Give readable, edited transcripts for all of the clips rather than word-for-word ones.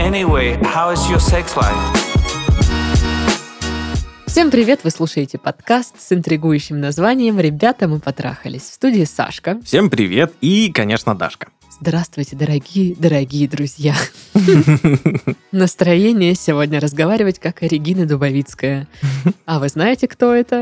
Anyway, how is your sex life? Всем привет! Вы слушаете подкаст с интригующим названием «Ребята, мы потрахались». В студии Сашка. Всем привет и, конечно, Дашка. Здравствуйте, дорогие друзья. Настроение сегодня разговаривать, как Регина Дубовицкая. А вы знаете, кто это?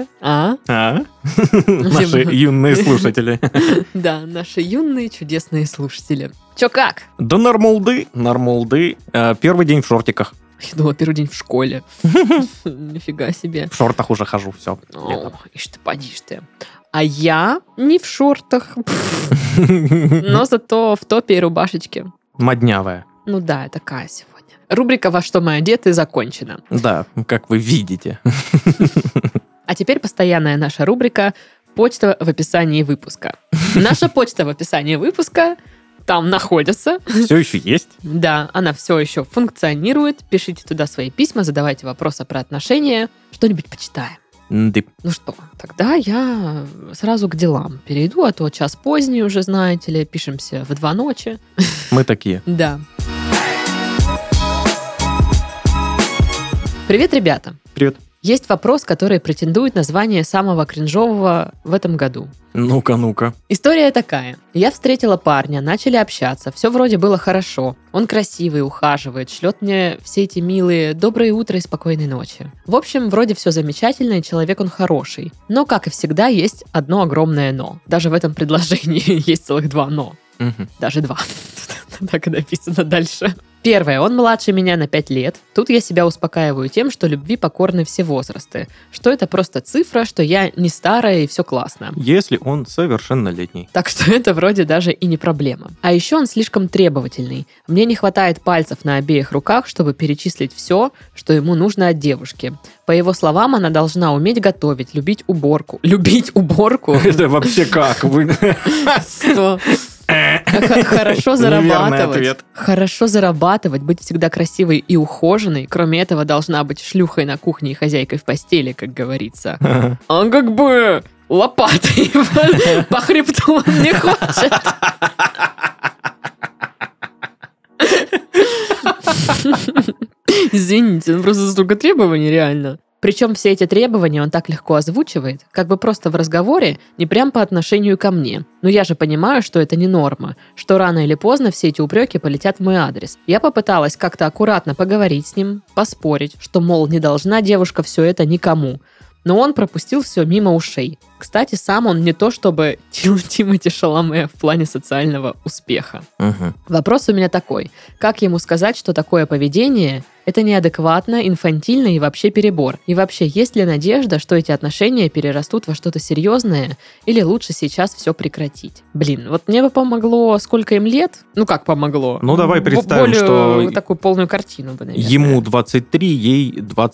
Наши юные слушатели. Да, наши юные чудесные слушатели. Чё как? Да нормалды. Первый день в шортиках. Я думала, первый день в школе. Нифига себе. В шортах уже хожу, все. Ишь ты, поди ж ты. А я не в шортах, но зато в топе и рубашечке. Моднявая. Ну да, такая сегодня. Рубрика «Во что мы одеты» закончена. Да, как вы видите. А теперь постоянная наша рубрика «Почта в описании выпуска». Наша почта в описании выпуска там находится. Все еще есть? Да, она все еще функционирует. Пишите туда свои письма, задавайте вопросы про отношения. Что-нибудь почитаем. Да. Ну что, тогда я сразу к делам перейду, а то час поздний уже, знаете ли, пишемся в 2 ночи. Мы такие. Да. Привет, ребята. Привет. Есть вопрос, который претендует на звание самого кринжового в этом году. Ну-ка. История такая. Я встретила парня, начали общаться, все вроде было хорошо. Он красивый, ухаживает, шлет мне все эти милые «доброе утро» и «спокойной ночи». В общем, вроде все замечательно, и человек он хороший. Но, как и всегда, есть одно огромное «но». Даже в этом предложении есть целых 2 «но». Даже 2. Так и написано дальше. Первое. Он младше меня на 5 лет. Тут я себя успокаиваю тем, что любви покорны все возрасты. Что это просто цифра, что я не старая и все классно. Если он совершеннолетний. Так что это вроде даже и не проблема. А еще он слишком требовательный. Мне не хватает пальцев на обеих руках, чтобы перечислить все, что ему нужно от девушки. По его словам, она должна уметь готовить, любить уборку. Любить уборку? Это вообще как? Что? Хорошо зарабатывать. Хорошо зарабатывать, быть всегда красивой и ухоженной. Кроме этого, должна быть шлюхой на кухне и хозяйкой в постели, как говорится. Он как бы лопатой по хребту он не хочет. Извините, он просто столько требований реально. Причем все эти требования он так легко озвучивает, как бы просто в разговоре, не прям по отношению ко мне. Но я же понимаю, что это не норма, что рано или поздно все эти упреки полетят в мой адрес. Я попыталась как-то аккуратно поговорить с ним, поспорить, что, мол, не должна девушка все это никому. Но он пропустил все мимо ушей. Кстати, сам он не то чтобы Тимоти Шаламе в плане социального успеха. Вопрос у меня такой. Как ему сказать, что такое поведение – это неадекватно, инфантильно и вообще перебор? И вообще, есть ли надежда, что эти отношения перерастут во что-то серьезное? Или лучше сейчас все прекратить? Блин, вот мне бы помогло, сколько им лет? Ну, как помогло? Ну, давай представим, более что такую полную картину бы, наверное. Ему 23, ей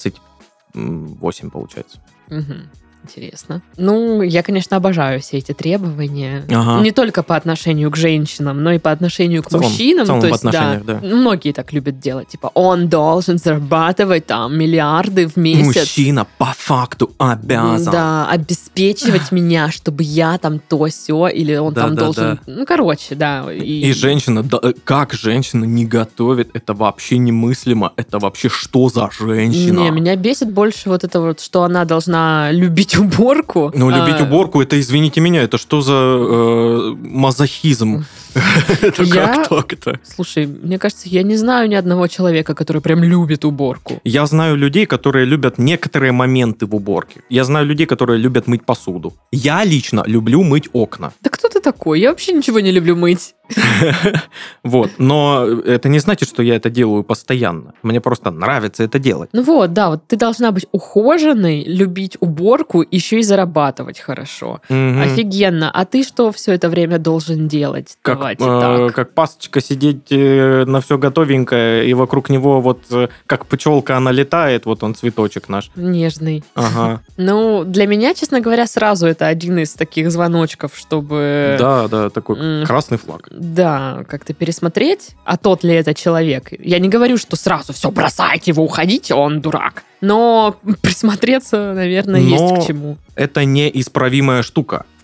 28, получается. Интересно. Ну, я, конечно, обожаю все эти требования. Не только по отношению к женщинам, но и по отношению к мужчинам. В целом то в есть, отношениях, да. Многие так любят делать. Типа, он должен зарабатывать там миллиарды в месяц. Мужчина по факту обязан. Да, обеспечивать меня, чтобы я там то-сё, или он там должен... Да. Ну, короче, да. И женщина, как женщина не готовит, это вообще немыслимо. Это вообще что за женщина? Не, меня бесит больше вот это вот, что она должна любить уборку. Ну, любить уборку, это, извините меня, это что за мазохизм? Это как так-то? Слушай, мне кажется, я не знаю ни одного человека, который прям любит уборку. Я знаю людей, которые любят некоторые моменты в уборке. Я знаю людей, которые любят мыть посуду. Я лично люблю мыть окна. Да кто ты такой? Я вообще ничего не люблю мыть. Вот, но это не значит, что я это делаю постоянно. Мне просто нравится это делать. Ну вот, да, вот ты должна быть ухоженной, любить уборку, еще и зарабатывать хорошо. Офигенно. А ты что все это время должен делать? Как пасочка сидеть на все готовенькое, и вокруг него вот как пчелка она летает, вот он цветочек наш. Нежный. Ага. Ну, для меня, честно говоря, сразу это один из таких звоночков, чтобы... Да, такой красный флаг. Да, как-то пересмотреть, а тот ли это человек. Я не говорю, что сразу все бросайте его, уходите, он дурак. Но присмотреться, наверное, есть к чему. Это неисправимая штука. В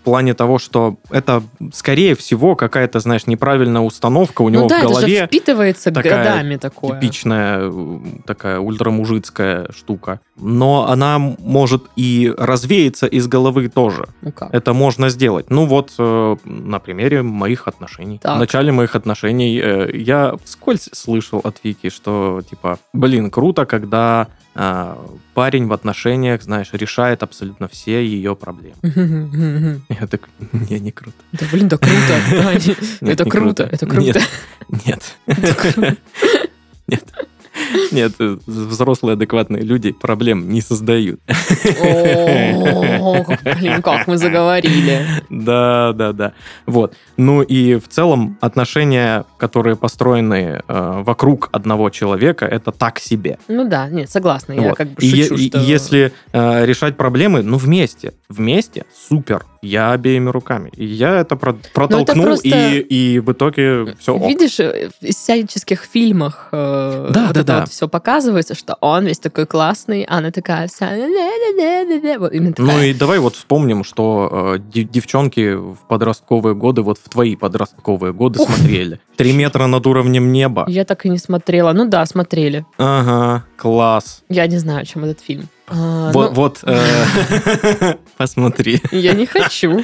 плане того, что это, скорее всего, какая-то, знаешь, неправильная установка у него в это же голове. впитывается Такая годами такое. Типичная такая ультрамужицкая штука. Но она может и развеяться из головы тоже. Ну как? Это можно сделать. Ну вот, на примере моих отношений. Так. В начале моих отношений я вскользь слышал от Вики, что, типа, блин, круто, когда парень в отношениях, знаешь, решает абсолютно все ее проблемы. Я так, не круто. Да, блин, да круто, отстань. Нет, Это не круто, это круто. Нет. Нет, взрослые адекватные люди проблем не создают. О, блин, как мы заговорили. Да. Вот. Ну и в целом отношения, которые построены вокруг одного человека, это так себе. Ну да, нет, согласна, я Вот. как бы И шучу, что... если решать проблемы, ну вместе, супер, я обеими руками. И я это протолкнул, просто- и в итоге все ок. Видишь, в всяческих фильмах Да. все показывается, что он весь такой классный, а она такая вся... Вот именно такая. Ну и давай вот вспомним, что девчонки в подростковые годы, вот в твои подростковые годы смотрели. 3 метра над уровнем неба. Я так и не смотрела. Ну да, смотрели. Ага, класс. Я не знаю, о чем этот фильм. Вот, посмотри. Я не хочу.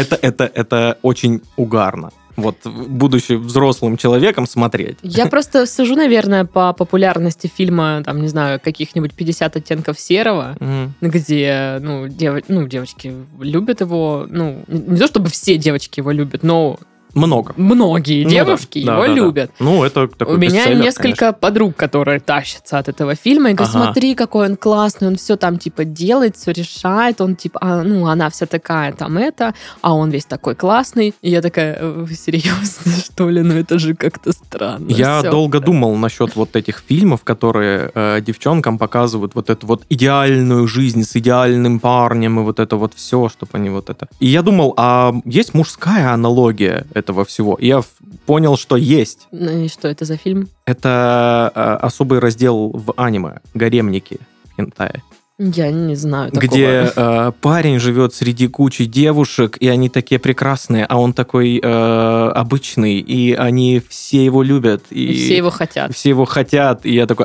Это очень угарно. Вот, будучи взрослым человеком, смотреть. Я просто сужу, наверное, по популярности фильма, там, не знаю, каких-нибудь 50 оттенков серого, Мгм. где, девочки любят его, не то чтобы все девочки его любят, но Много. многие Ну девушки да, его да. любят. Ну, это такой У меня бестселлер, несколько подруг, которые тащатся от этого фильма и говорят, Ага. смотри, какой он классный, он все там типа делает, все решает, он типа, она вся такая там а он весь такой классный. И я такая, вы серьезно, что ли? Ну это же как-то странно. Я всё. долго думал насчет вот этих фильмов, которые девчонкам показывают вот эту вот идеальную жизнь с идеальным парнем и вот это вот все, чтобы они вот это... И я думал, а есть мужская аналогия этого всего? И я понял, что есть. Ну и что это за фильм? Это особый раздел в аниме «Гаремники» в хентае, Я не знаю такого. где парень живет среди кучи девушек, и они такие прекрасные, а он такой обычный, и они все его любят. И все его хотят. Все его хотят, и я такой,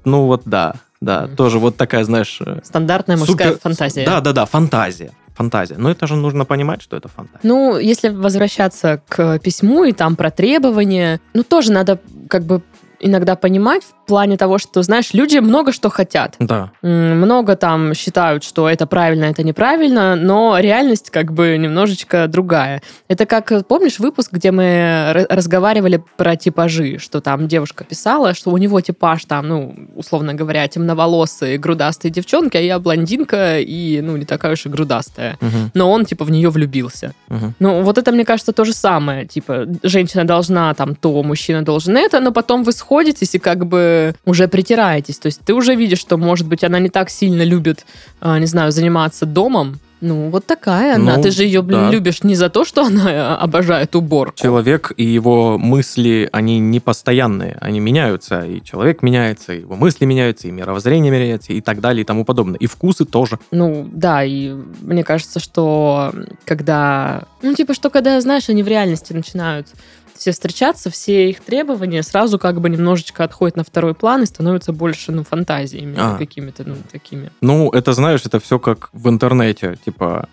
да, тоже вот такая, знаешь... Стандартная мужская супер- фантазия. Да, фантазия. Но это же нужно понимать, что это фантазия. Ну, если возвращаться к письму и там про требования, тоже надо как бы иногда понимать в плане того, что, знаешь, люди много что хотят. Да. Много там считают, что это правильно, это неправильно, но реальность как бы немножечко другая. Это как, помнишь выпуск, где мы разговаривали про типажи, что там девушка писала, что у него типаж там, условно говоря, темноволосые, грудастые девчонки, а я блондинка и, не такая уж и грудастая. Мгм, Но он, типа, в нее влюбился. мгм. Вот это, мне кажется, то же самое. Типа, женщина должна там то, мужчина должен это, но потом вы сходитесь и как бы уже притираетесь. То есть ты уже видишь, что, может быть, она не так сильно любит, не знаю, заниматься домом. Вот такая она. Ну, Ты же ее, да. любишь не за то, что она обожает уборку. Человек и его мысли, они не постоянные, они меняются, и человек меняется, и его мысли меняются, и мировоззрение меняется, и так далее, и тому подобное. И вкусы тоже. Да, и мне кажется, что когда... когда, знаешь, они в реальности начинают все встречаться, все их требования сразу как бы немножечко отходят на второй план и становятся больше, фантазиями какими-то, такими. Это, знаешь, это все как в интернете, типа...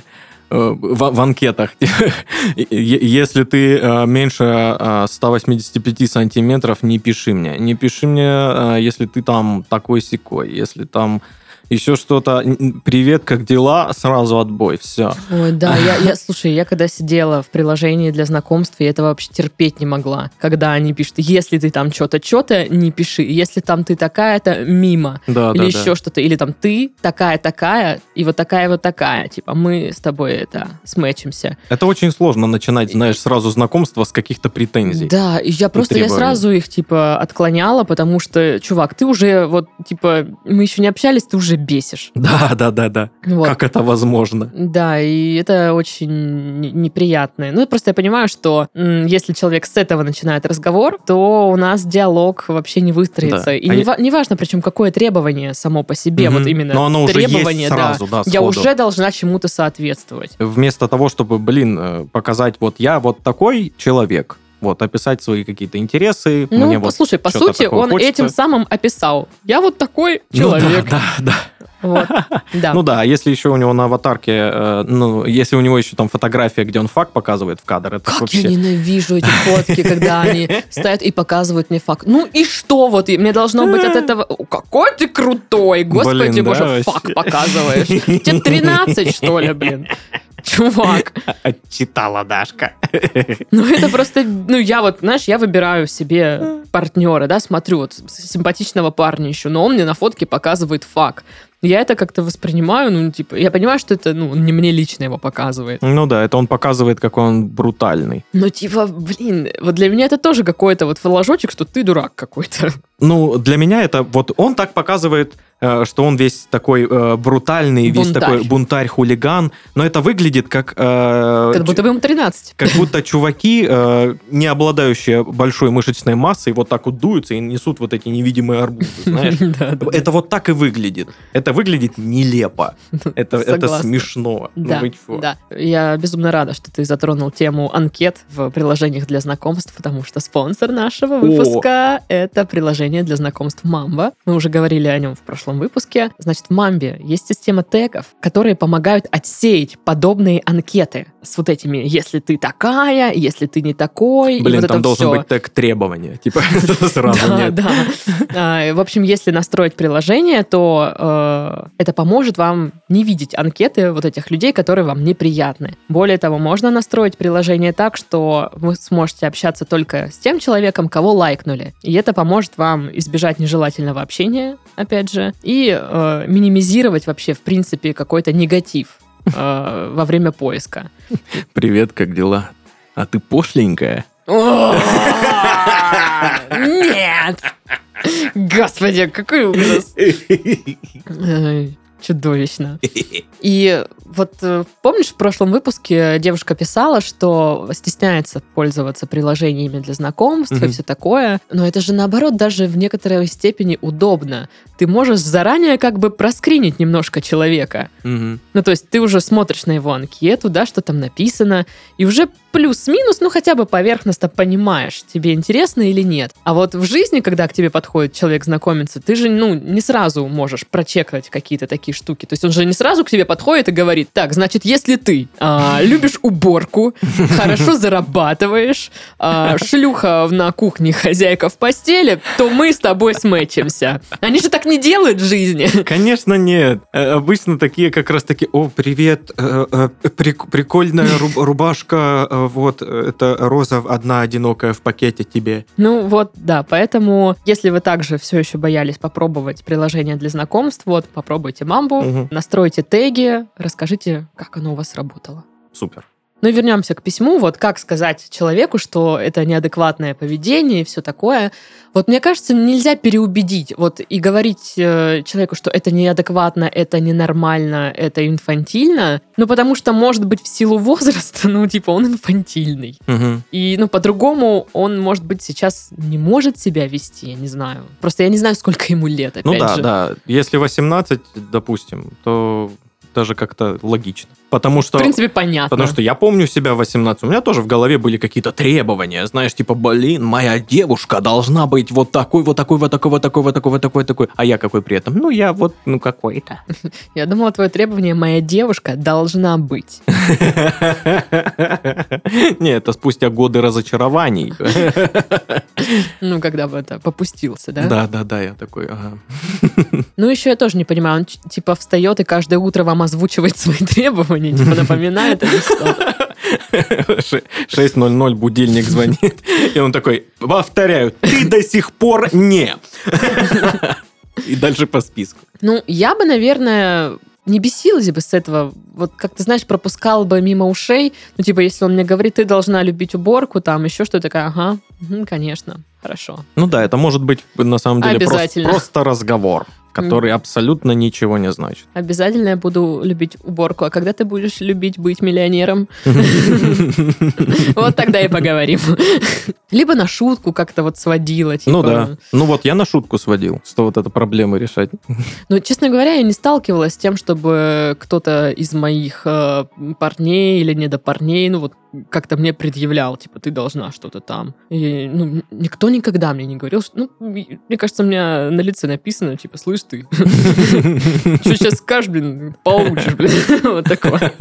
В анкетах. Если ты меньше 185 сантиметров, не пиши мне. Не пиши мне, если ты там такой-сякой. Если там еще что-то, привет, как дела, сразу отбой, все. Ой, да, слушай, я когда сидела в приложении для знакомств, я этого вообще терпеть не могла. Когда они пишут, если ты там что-то, не пиши. Если там ты такая-то, мимо. Да, или еще что-то. Или там ты такая-такая, и вот такая. Типа, мы с тобой сметчимся. Это очень сложно начинать, знаешь, сразу знакомство с каких-то претензий. Да, и я требований. сразу их, отклоняла, потому что, чувак, ты уже, мы еще не общались, ты уже бесишь. Да. Вот. Как это возможно? Да, и это очень неприятно. Ну, просто я понимаю, что если человек с этого начинает разговор, то у нас диалог вообще не выстроится. Да. И неважно, причем какое требование само по себе, вот именно Но оно уже требование, есть сразу, да, я сходу. уже должна чему-то соответствовать. Вместо того, чтобы, показать, вот я вот такой человек, вот, описать свои какие-то интересы. Ну, мне вот послушай, по что-то сути, такое он хочется. этим самым описал. Я вот такой человек. Да. Вот. Да. Ну да, если еще у него на аватарке, если у него еще там фотография, где он факт показывает в кадр, это Как вообще... я ненавижу эти фотки, когда они стоят и показывают мне факт. Ну и что вот? И мне должно быть от этого... Какой ты крутой! Господи, Блин, да, боже, вообще. факт показываешь. Тебе 13, что ли, блин? Чувак. Отчитала Дашка. Ну, это просто... Ну, я вот, знаешь, я выбираю себе партнера, да, смотрю, вот симпатичного парня ищу, но он мне на фотке показывает факт. Я это как-то воспринимаю, ну, типа, я понимаю, что это, ну, не мне лично его показывает. Ну да, это он показывает, какой он брутальный. Но, типа, блин, вот для меня это тоже какой-то вот флажочек, что ты дурак какой-то. Ну, для меня это... Вот он так показывает, что он весь такой брутальный, весь Бунтарь. такой бунтарь-хулиган, но это выглядит как... Как будто бы ему 13. Как будто чуваки, не обладающие большой мышечной массой, вот так вот дуются и несут вот эти невидимые арбузы, знаешь? Да. Это вот так и выглядит. Это выглядит нелепо. Это Согласна. смешно. Ну Да, вы чё? да. Я безумно рада, что ты затронул тему анкет в приложениях для знакомств, потому что спонсор нашего выпуска — это приложение для знакомств Mamba. Мы уже говорили о нем в прошлом выпуске. Значит, в Mamba есть система тегов, которые помогают отсеять подобные анкеты с вот этими «если ты такая», «если ты не такой», и Блин, вот там это должен всё. быть тег требования. Типа, сразу Да, нет. да. В общем, если настроить приложение, то это поможет вам не видеть анкеты вот этих людей, которые вам неприятны. Более того, можно настроить приложение так, что вы сможете общаться только с тем человеком, кого лайкнули. И это поможет вам избежать нежелательного общения, опять же, и минимизировать вообще, в принципе, какой-то негатив во время поиска. Привет, как дела? А ты пошленькая? Нет! Господи, какой ужас! Чудовищно. И вот помнишь, в прошлом выпуске девушка писала, что стесняется пользоваться приложениями для знакомств и все такое, но это же наоборот даже в некоторой степени удобно. Ты можешь заранее как бы проскринить немножко человека. Ну, то есть ты уже смотришь на его анкету, да, что там написано, и уже плюс-минус, ну, хотя бы поверхностно понимаешь, тебе интересно или нет. А вот в жизни, когда к тебе подходит человек знакомиться, ты же, ну, не сразу можешь прочекать какие-то такие штуки. То есть он же не сразу к тебе подходит и говорит: так, значит, если ты любишь уборку, хорошо зарабатываешь, шлюха на кухне, хозяйка в постели, то мы с тобой сметчимся. Они же так не делают в жизни. Конечно, нет. Обычно такие как раз таки: о, привет, прикольная рубашка, вот, это роза одна одинокая в пакете тебе. Ну вот, да, поэтому, если вы также все еще боялись попробовать приложение для знакомств, вот, попробуйте Мамбу, настройте теги, расскажите, как оно у вас работало. Супер. Ну и вернемся к письму. Вот как сказать человеку, что это неадекватное поведение и все такое. Вот мне кажется, нельзя переубедить. Вот и говорить человеку, что это неадекватно, это ненормально, это инфантильно. Ну потому что, может быть, в силу возраста, ну типа он инфантильный. И ну по-другому он, может быть, сейчас не может себя вести, я не знаю. Просто я не знаю, сколько ему лет, опять Ну да, же. да. Если 18, допустим, то даже как-то логично. Потому что... В принципе, понятно. Потому что я помню себя в 18, у меня тоже в голове были какие-то требования, знаешь, типа, блин, моя девушка должна быть вот такой, вот такой, вот такой, вот такой, вот такой, вот такой, такой. А я какой при этом? Ну, я вот, ну, какой-то. Я думала, твое требование: моя девушка должна быть. Не, это спустя годы разочарований. Ну, когда бы это попустился, да? Да, я такой, ага. Ну, еще я тоже не понимаю, он типа встает и каждое утро вам озвучивает свои требования, типа напоминает или что? 6:00 будильник звонит, и он такой: повторяю, ты до сих пор не. И дальше по списку. Ну, я бы, наверное, не бесилась бы с этого. Вот, как ты знаешь, пропускала бы мимо ушей. Ну, типа, если он мне говорит: ты должна любить уборку, там еще что-то, такая: ага, конечно, хорошо. Ну да, это может быть на самом деле Обязательно. просто разговор. который абсолютно ничего не значит. Обязательно я буду любить уборку. А когда ты будешь любить быть миллионером? Вот тогда и поговорим. Либо на шутку как-то вот сводила. Ну да. Ну вот я на шутку сводил, что вот эту проблему решать. Но, честно говоря, я не сталкивалась с тем, чтобы кто-то из моих парней или недопарней, ну вот как-то мне предъявлял, типа, ты должна что-то там. И, ну, никто никогда мне не говорил, что, ну, мне кажется, у меня на лице написано, типа, слышь ты, что сейчас скажешь, блин, получишь, блин, вот такое.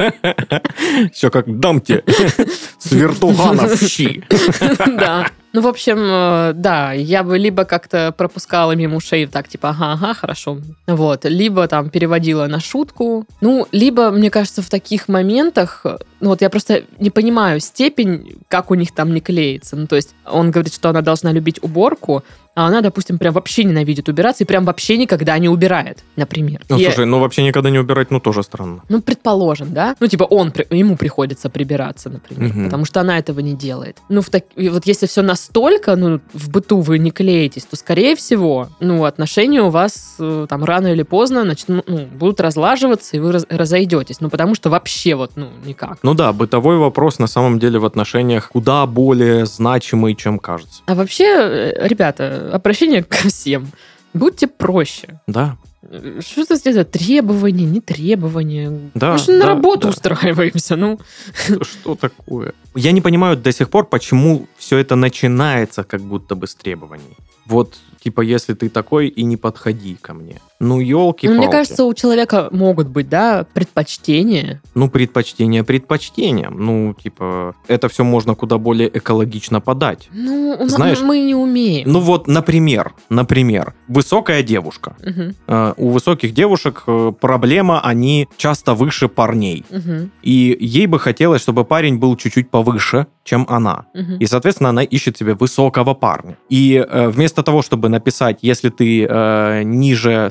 Все как дам тебе с вертуханов щи. Да. Ну, в общем, да, я бы либо как-то пропускала мимо ушей так, типа, ага, хорошо. Вот. Либо там переводила на шутку. Ну, либо, мне кажется, в таких моментах, ну, вот я просто не понимаю степень, как у них там не клеится. Ну, то есть он говорит, что она должна любить уборку, а она, допустим, прям вообще ненавидит убираться и прям вообще никогда не убирает, например. Ну, слушай, ну вообще никогда не убирать, ну, тоже странно. Ну, предположим, да? Ну, типа, ему приходится прибираться, например, потому что она этого не делает. Ну, вот если все настолько, ну, в быту вы не клеитесь, то, скорее всего, ну, отношения у вас там рано или поздно будут разлаживаться, и вы разойдетесь. Ну, потому что вообще вот, ну, никак. Ну да, бытовой вопрос на самом деле в отношениях куда более значимый, чем кажется. А вообще, ребята, обращение ко всем. Будьте проще. Да. Что это требования, не требования? Да, мы же на работу устраиваемся, ну. Что такое? Я не понимаю до сих пор, почему все это начинается как будто бы с требований. Вот, типа, если ты такой, и не подходи ко мне. Ну, елки-палки. Ну, мне кажется, у человека могут быть, да, предпочтения. Ну, предпочтение предпочтением. Ну, типа, это все можно куда более экологично подать. Ну, знаешь, мы не умеем. Ну, вот, например, высокая девушка. Угу. У высоких девушек проблема, они часто выше парней. Угу. И ей бы хотелось, чтобы парень был чуть-чуть повыше, чем она. Угу. И, соответственно, она ищет себе высокого парня. И вместо того, чтобы написать, если ты ниже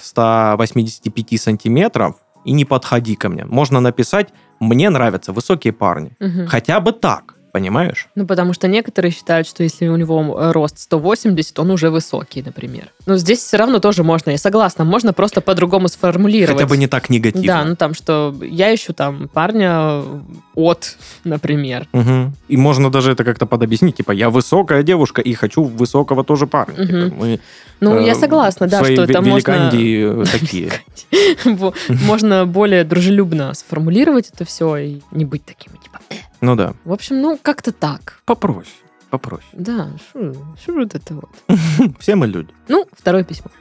185 сантиметров, и не подходи ко мне, можно написать, мне нравятся высокие парни. Угу. Хотя бы так. Понимаешь? Ну, потому что некоторые считают, что если у него рост 180, он уже высокий, например. Но здесь все равно тоже можно, я согласна, можно просто по-другому сформулировать. Хотя бы не так негативно. Да, ну там, что я ищу там парня от, например. Угу. И можно даже это как-то подобъяснить, типа, я высокая девушка и хочу высокого тоже парня. Угу. Типа, мы, ну, я согласна, да, что это можно... такие. Можно более дружелюбно сформулировать это все и не быть таким, типа... Ну да. В общем, ну, как-то так. Попроще. Да, что вот это вот. Все мы люди. Ну, второе письмо.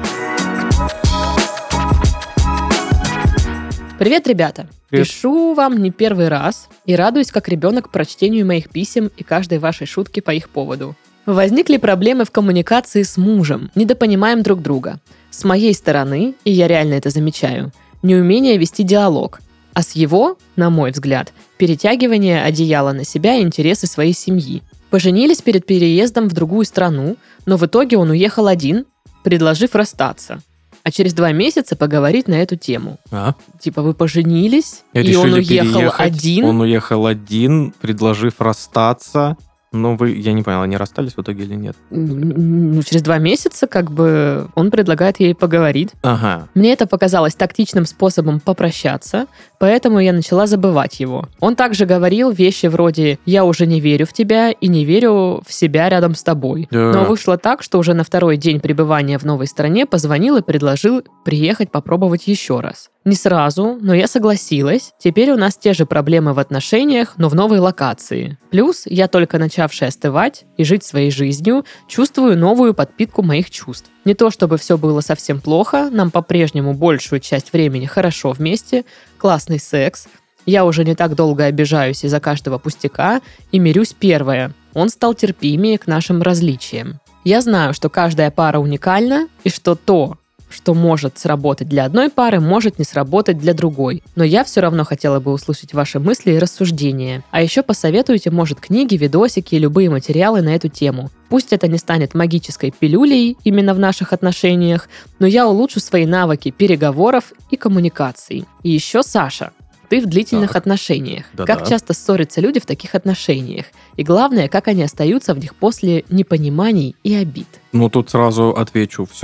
Привет, ребята. Привет. Пишу вам не первый раз и радуюсь, как ребенок, прочтению моих писем и каждой вашей шутки по их поводу. Возникли проблемы в коммуникации с мужем, недопонимаем друг друга. С моей стороны, и я реально это замечаю, неумение вести диалог, а с его, на мой взгляд, перетягивание одеяла на себя и интересы своей семьи. Поженились перед переездом в другую страну, но в итоге он уехал один, предложив расстаться. А через 2 месяца поговорить на эту тему. Типа, вы поженились, и он уехал один. Он уехал один, предложив расстаться. Ну, я не понял, они расстались в итоге или нет? Ну, через 2 месяца, как бы, он предлагает ей поговорить. Ага. Мне это показалось тактичным способом попрощаться, поэтому я начала забывать его. Он также говорил вещи вроде «я уже не верю в тебя и не верю в себя рядом с тобой». Да. Но вышло так, что уже на 2-й день пребывания в новой стране позвонил и предложил приехать попробовать еще раз. Не сразу, но я согласилась. Теперь у нас те же проблемы в отношениях, но в новой локации. Плюс я, только начавшая остывать и жить своей жизнью, чувствую новую подпитку моих чувств. Не то чтобы все было совсем плохо, нам по-прежнему большую часть времени хорошо вместе, классный секс. Я уже не так долго обижаюсь из-за каждого пустяка и мирюсь первое. Он стал терпимее к нашим различиям. Я знаю, что каждая пара уникальна и что то, что может сработать для одной пары, может не сработать для другой. Но я все равно хотела бы услышать ваши мысли и рассуждения. А еще посоветуйте, может, книги, видосики и любые материалы на эту тему. Пусть это не станет магической пилюлей именно в наших отношениях, но я улучшу свои навыки переговоров и коммуникаций. И еще, Саша, ты в длительных отношениях. Да-да. Как часто ссорятся люди в таких отношениях? И главное, как они остаются в них после непониманий и обид? Ну, тут сразу отвечу. Все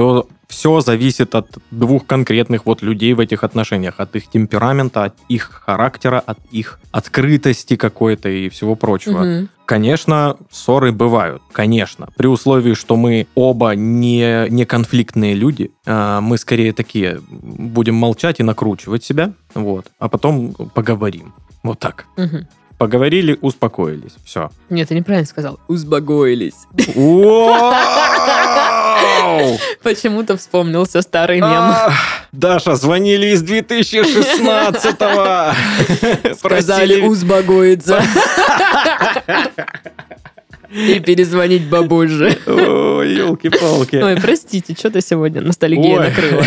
Все зависит от двух конкретных вот людей в этих отношениях, от их темперамента, от их характера, от их открытости какой-то и всего прочего. Мгм. Конечно, ссоры бывают, конечно. При условии, что мы оба не конфликтные люди, мы скорее такие будем молчать и накручивать себя, вот, а потом поговорим. Вот так. Мгм. Поговорили, успокоились. Все. Нет, ты неправильно сказал. Узбагоились. Почему-то вспомнился старый мем. Даша, звонили из 2016-го. Сказали узбагоиться. И перезвонить babozже. Ой, елки-палки. Ой, простите, что-то сегодня ностальгия Ой. накрыла.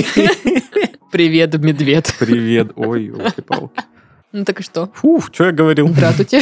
Привет, медведь. Привет. Ой, елки-палки. Ну так и что? Фух, что я говорил? Здравствуйте.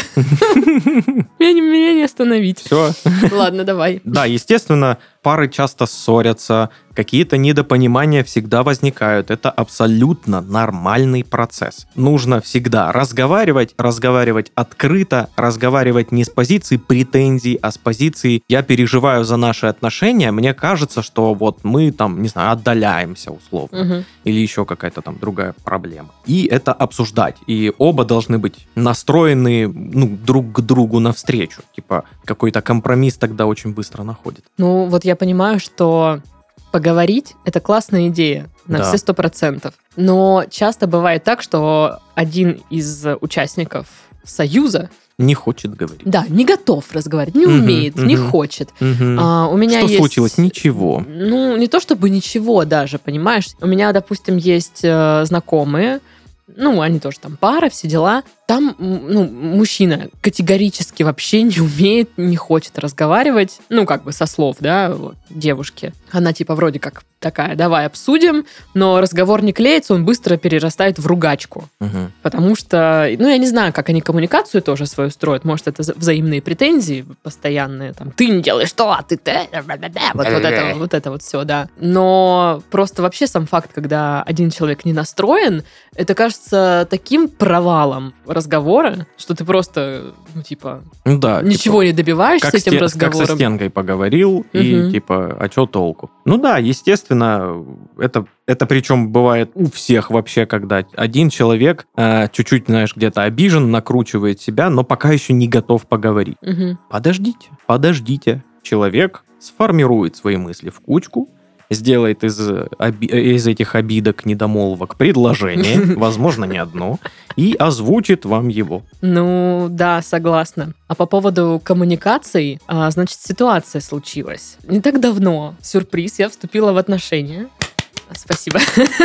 Меня не остановить. Все. Ладно, давай. Да, естественно, пары часто ссорятся, какие-то недопонимания всегда возникают. Это абсолютно нормальный процесс. Нужно всегда разговаривать открыто, разговаривать не с позиции претензий, а с позиции «я переживаю за наши отношения, мне кажется, что вот мы там, не знаю, отдаляемся условно». Мгм. Или еще какая-то там другая проблема. И это обсуждать. И оба должны быть настроены друг к другу навстречу. Типа какой-то компромисс тогда очень быстро находит. Ну, вот я понимаю, что поговорить – это классная идея на Да. все 100%. Но часто бывает так, что один из участников союза, Не хочет говорить. да, не готов разговаривать, не Мгм, умеет, не мгм. хочет. Мгм. У меня Что есть... случилось? Ничего. Ну, не то чтобы ничего даже, понимаешь? У меня, допустим, есть знакомые, они тоже там пара, все дела. Там, мужчина категорически вообще не умеет, не хочет разговаривать, со слов, да, вот, девушки. Она типа вроде как такая, давай обсудим, но разговор не клеится, он быстро перерастает в ругачку. Мгм. Потому что, я не знаю, как они коммуникацию тоже свою строят. Может, это взаимные претензии постоянные. Там, ты не делаешь то, а ты... Вот это вот все, да. Но просто вообще сам факт, когда один человек не настроен, это кажется таким провалом разговора, что ты просто, Ну да. ничего не добиваешься как, этим как разговором. со стенкой поговорил, и Мгм. а что толку? Ну да, естественно, это причем бывает у всех вообще, когда один человек чуть-чуть, знаешь, где-то обижен, накручивает себя, но пока еще не готов поговорить. Мгм. Подождите. Человек сформирует свои мысли в кучку, сделает из этих обидок, недомолвок предложение, возможно, не одно, и озвучит вам его. Ну, да, согласна. А по поводу коммуникаций, значит, ситуация случилась. Не так давно, сюрприз, я вступила в отношения. Спасибо.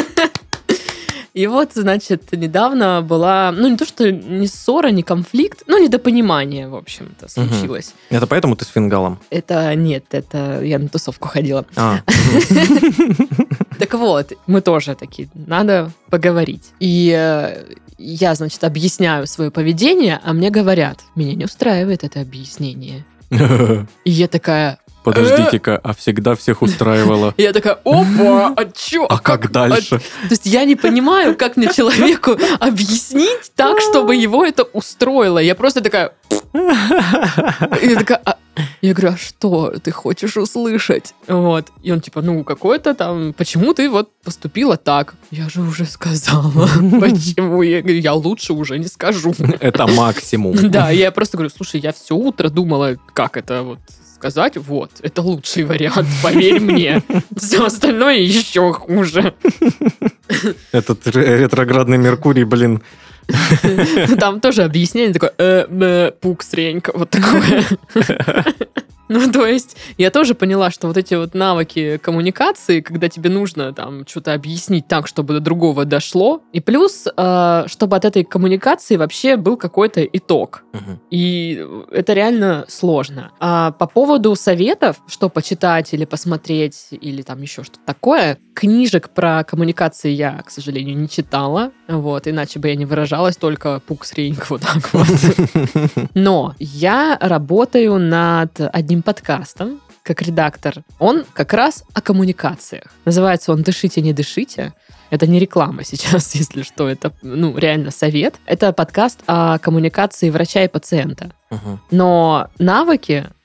И вот, значит, недавно была, не то, что не ссора, не конфликт, недопонимание, в общем-то, случилось. Это поэтому ты с фингалом? Это я на тусовку ходила. А, Так вот, мы тоже такие, надо поговорить. И я, значит, объясняю свое поведение, а мне говорят, меня не устраивает это объяснение. И я такая... Подождите-ка, а всегда всех устраивало. И я такая, опа, а чё? А как дальше? То есть я не понимаю, как мне человеку объяснить так, чтобы его это устроило. Я просто такая... И я такая... Я говорю, а что ты хочешь услышать? Вот. И он типа, какой-то там... Почему ты вот поступила так? Я же уже сказала. Почему? Я говорю, я лучше уже не скажу. Это максимум. Да, я просто говорю, слушай, я все утро думала, как это вот сказать, вот, это лучший вариант, поверь мне. Все остальное еще хуже. Этот ретроградный Меркурий, блин. Там тоже объяснение такое, пукс-ренька, вот такое. То есть, я тоже поняла, что вот эти вот навыки коммуникации, когда тебе нужно там что-то объяснить так, чтобы до другого дошло, и плюс, чтобы от этой коммуникации вообще был какой-то итог. Мгм. И это реально сложно. А по поводу советов, что почитать или посмотреть, или там еще что-то такое, книжек про коммуникации я, к сожалению, не читала, вот, иначе бы я не выражалась, только пукс-ренька вот так вот. Но я работаю над одним подкастом, как редактор. Он как раз о коммуникациях. Называется он «Дышите, не дышите». Это не реклама сейчас, если что. Это, реально совет. Это подкаст о коммуникации врача и пациента. Мгм. Но навыки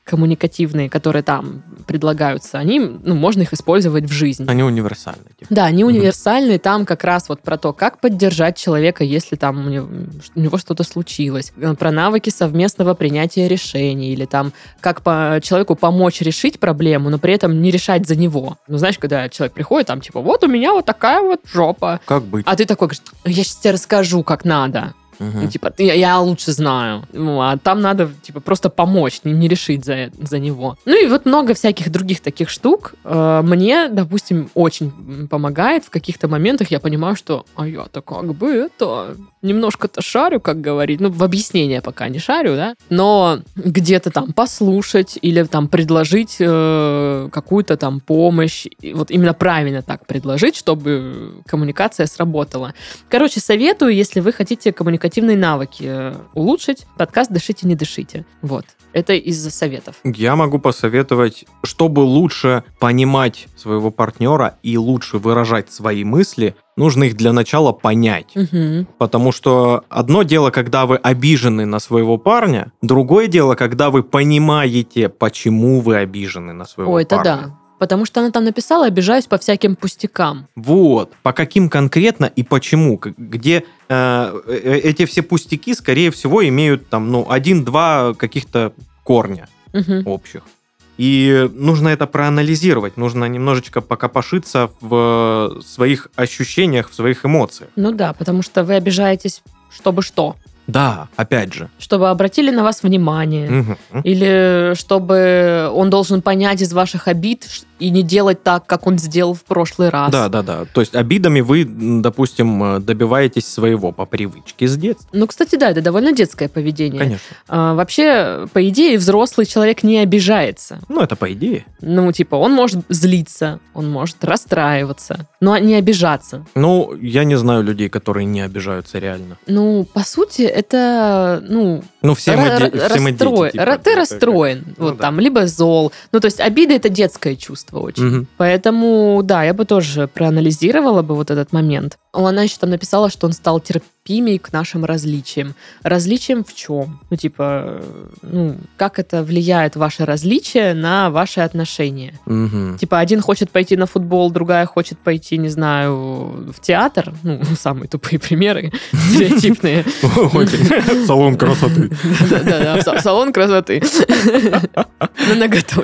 коммуникативные, которые там предлагаются, они, можно их использовать в жизни. Они универсальны. Типа. Да, они универсальные, там как раз вот про то, как поддержать человека, если там у него что-то случилось, про навыки совместного принятия решений, или там как человеку помочь решить проблему, но при этом не решать за него. Знаешь, когда человек приходит, там типа, вот у меня вот такая вот жопа. Как быть? А ты такой говоришь, я сейчас тебе расскажу, как надо. Типа, я лучше знаю. А там надо, типа, просто помочь, не решить за него. И вот много всяких других таких штук. Мне, допустим, очень помогает в каких-то моментах. Я понимаю, что я-то как бы это... Немножко-то шарю, как говорить. В объяснение пока не шарю, да? Но где-то там послушать или там предложить какую-то там помощь. Вот именно правильно так предложить, чтобы коммуникация сработала. Короче, советую, если вы хотите коммуникативные навыки улучшить, подкаст «Дышите, не дышите». Вот. Это из советов. Я могу посоветовать, чтобы лучше понимать своего партнера и лучше выражать свои мысли, нужно их для начала понять. Потому что одно дело, когда вы обижены на своего парня, другое дело, когда вы понимаете, почему вы обижены на своего парня. Это да. Потому что она там написала, обижаюсь по всяким пустякам. Вот. По каким конкретно и почему. Где эти все пустяки, скорее всего, имеют там, 1-2 каких-то корня общих. И нужно это проанализировать, нужно немножечко покопошиться в своих ощущениях, в своих эмоциях. Да, потому что вы обижаетесь, чтобы что? Да, опять же. Чтобы обратили на вас внимание. Или чтобы он должен понять из ваших обид и не делать так, как он сделал в прошлый раз. Да. То есть обидами вы, допустим, добиваетесь своего по привычке с детства. Кстати, да, это довольно детское поведение. Конечно. Вообще, по идее, взрослый человек не обижается. Это по идее. Он может злиться, он может расстраиваться, но не обижаться. Я не знаю людей, которые не обижаются реально. По сути, это, все мы дети. Типа, ты расстроен, там, либо зол. То есть обида — это детское чувство очень. Поэтому, да, я бы тоже проанализировала бы вот этот момент. Она еще там написала, что он стал терпимее к нашим различиям. Различиям в чем? Как это влияет ваше различие на ваши отношения? Один хочет пойти на футбол, другая хочет пойти, не знаю, в театр. Самые тупые примеры, стереотипные. Салон красоты. Да, салон красоты. На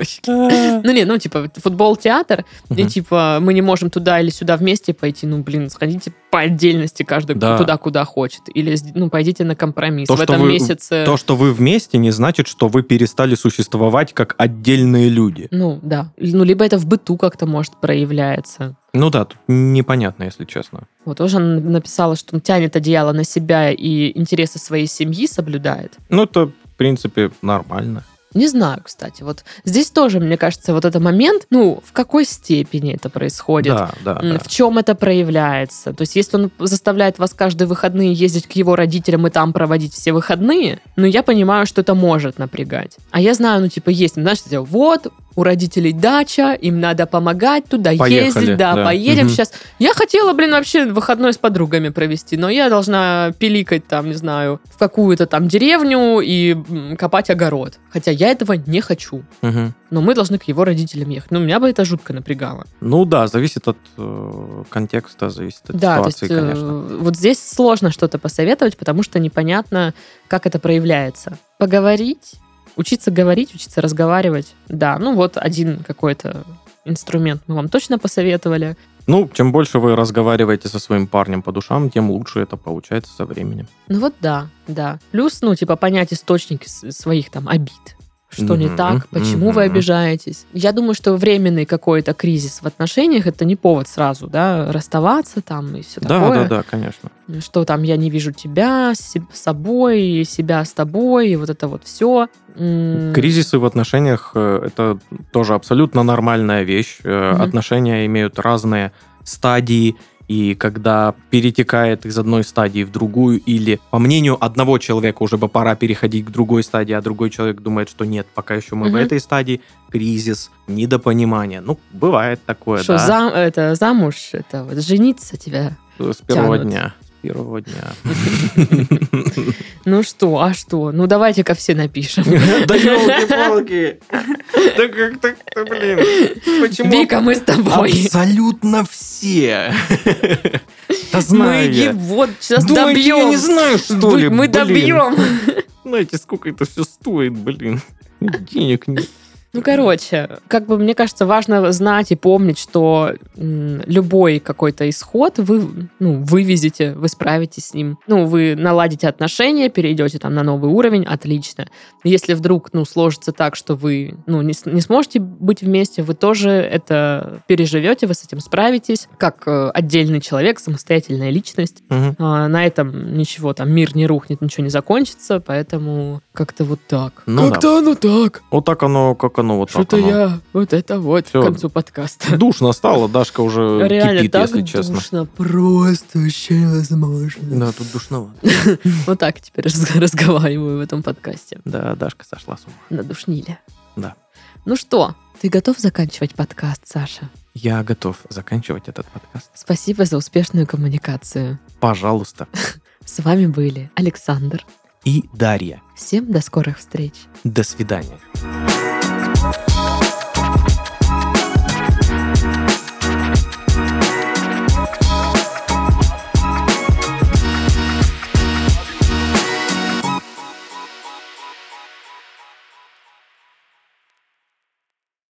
ноготочки. Футбол, театр, и мы не можем туда или сюда вместе пойти. Сходите по отдельности каждый туда, куда хочет. Или пойдите на компромисс. В этом месяце... То, что вы вместе, не значит, что вы перестали существовать как отдельные люди. Да. Либо это в быту как-то, может, проявляется. Тут непонятно, если честно. Тоже она написала, что он тянет одеяло на себя и интересы своей семьи соблюдает. Это, в принципе, нормально. Не знаю, кстати. Здесь тоже, мне кажется, это момент, в какой степени это происходит, да. В чем это проявляется. То есть, если он заставляет вас каждые выходные ездить к его родителям и там проводить все выходные, я понимаю, что это может напрягать. А я знаю, есть, у родителей дача, им надо помогать туда ездить, поедем сейчас. Я хотела, вообще выходной с подругами провести, но я должна пиликать там, не знаю, в какую-то там деревню и копать огород. Хотя я этого не хочу. Но мы должны к его родителям ехать. Меня бы это жутко напрягало. Да, зависит от контекста, зависит от ситуации, то есть, конечно. Здесь сложно что-то посоветовать, потому что непонятно, как это проявляется. Поговорить, учиться говорить, учиться разговаривать. Да, один какой-то инструмент мы вам точно посоветовали. Чем больше вы разговариваете со своим парнем по душам, тем лучше это получается со временем. Да. Плюс, понять источники своих там обид. Что не так, почему вы обижаетесь. Я думаю, что временный какой-то кризис в отношениях — это не повод сразу, расставаться там и все такое. Да, конечно. Что там я не вижу тебя с собой, себя с тобой, и вот это все. Кризисы в отношениях — это тоже абсолютно нормальная вещь. Отношения имеют разные стадии, и когда перетекает из одной стадии в другую, или, по мнению одного человека, уже бы пора переходить к другой стадии, а другой человек думает, что нет, пока еще мы в этой стадии, кризис, недопонимание. Бывает такое, что, замуж, жениться тебя с первого тянут. дня. первого дня. Ну что, а что? Ну давайте-ка все напишем. Да елки-палки! Да как так-то, блин? Почему? Вика, мы с тобой. Абсолютно все. Да Мы знаю я. вот сейчас Думаете, я добьем. не знаю, что ли? Мы Блин. добьем. Знаете, сколько это все стоит, блин? Денег нет. Ну, короче, как бы мне кажется, важно знать и помнить, что любой какой-то исход вы вывезете, вы справитесь с ним. Ну, вы наладите отношения, перейдете там на новый уровень, отлично. Если вдруг, сложится так, что вы, не сможете быть вместе, вы тоже это переживете, вы с этим справитесь, как отдельный человек, самостоятельная личность. На этом ничего, там, мир не рухнет, ничего не закончится, поэтому как-то вот так. Ну как-то оно так. Вот так оно, как оно, вот так Что-то оно. я вот это вот Всё. к концу подкаста. Душно стало, Дашка уже Реально кипит, так если честно. душно, просто вообще невозможно. Да, тут душновато. Вот так теперь разговариваю в этом подкасте. Да, Дашка сошла с ума. Надушнили. Да. Ну что, ты готов заканчивать подкаст, Саша? Я готов заканчивать этот подкаст. Спасибо за успешную коммуникацию. Пожалуйста. С вами были Александр. И Дарья. Всем до скорых встреч. До свидания.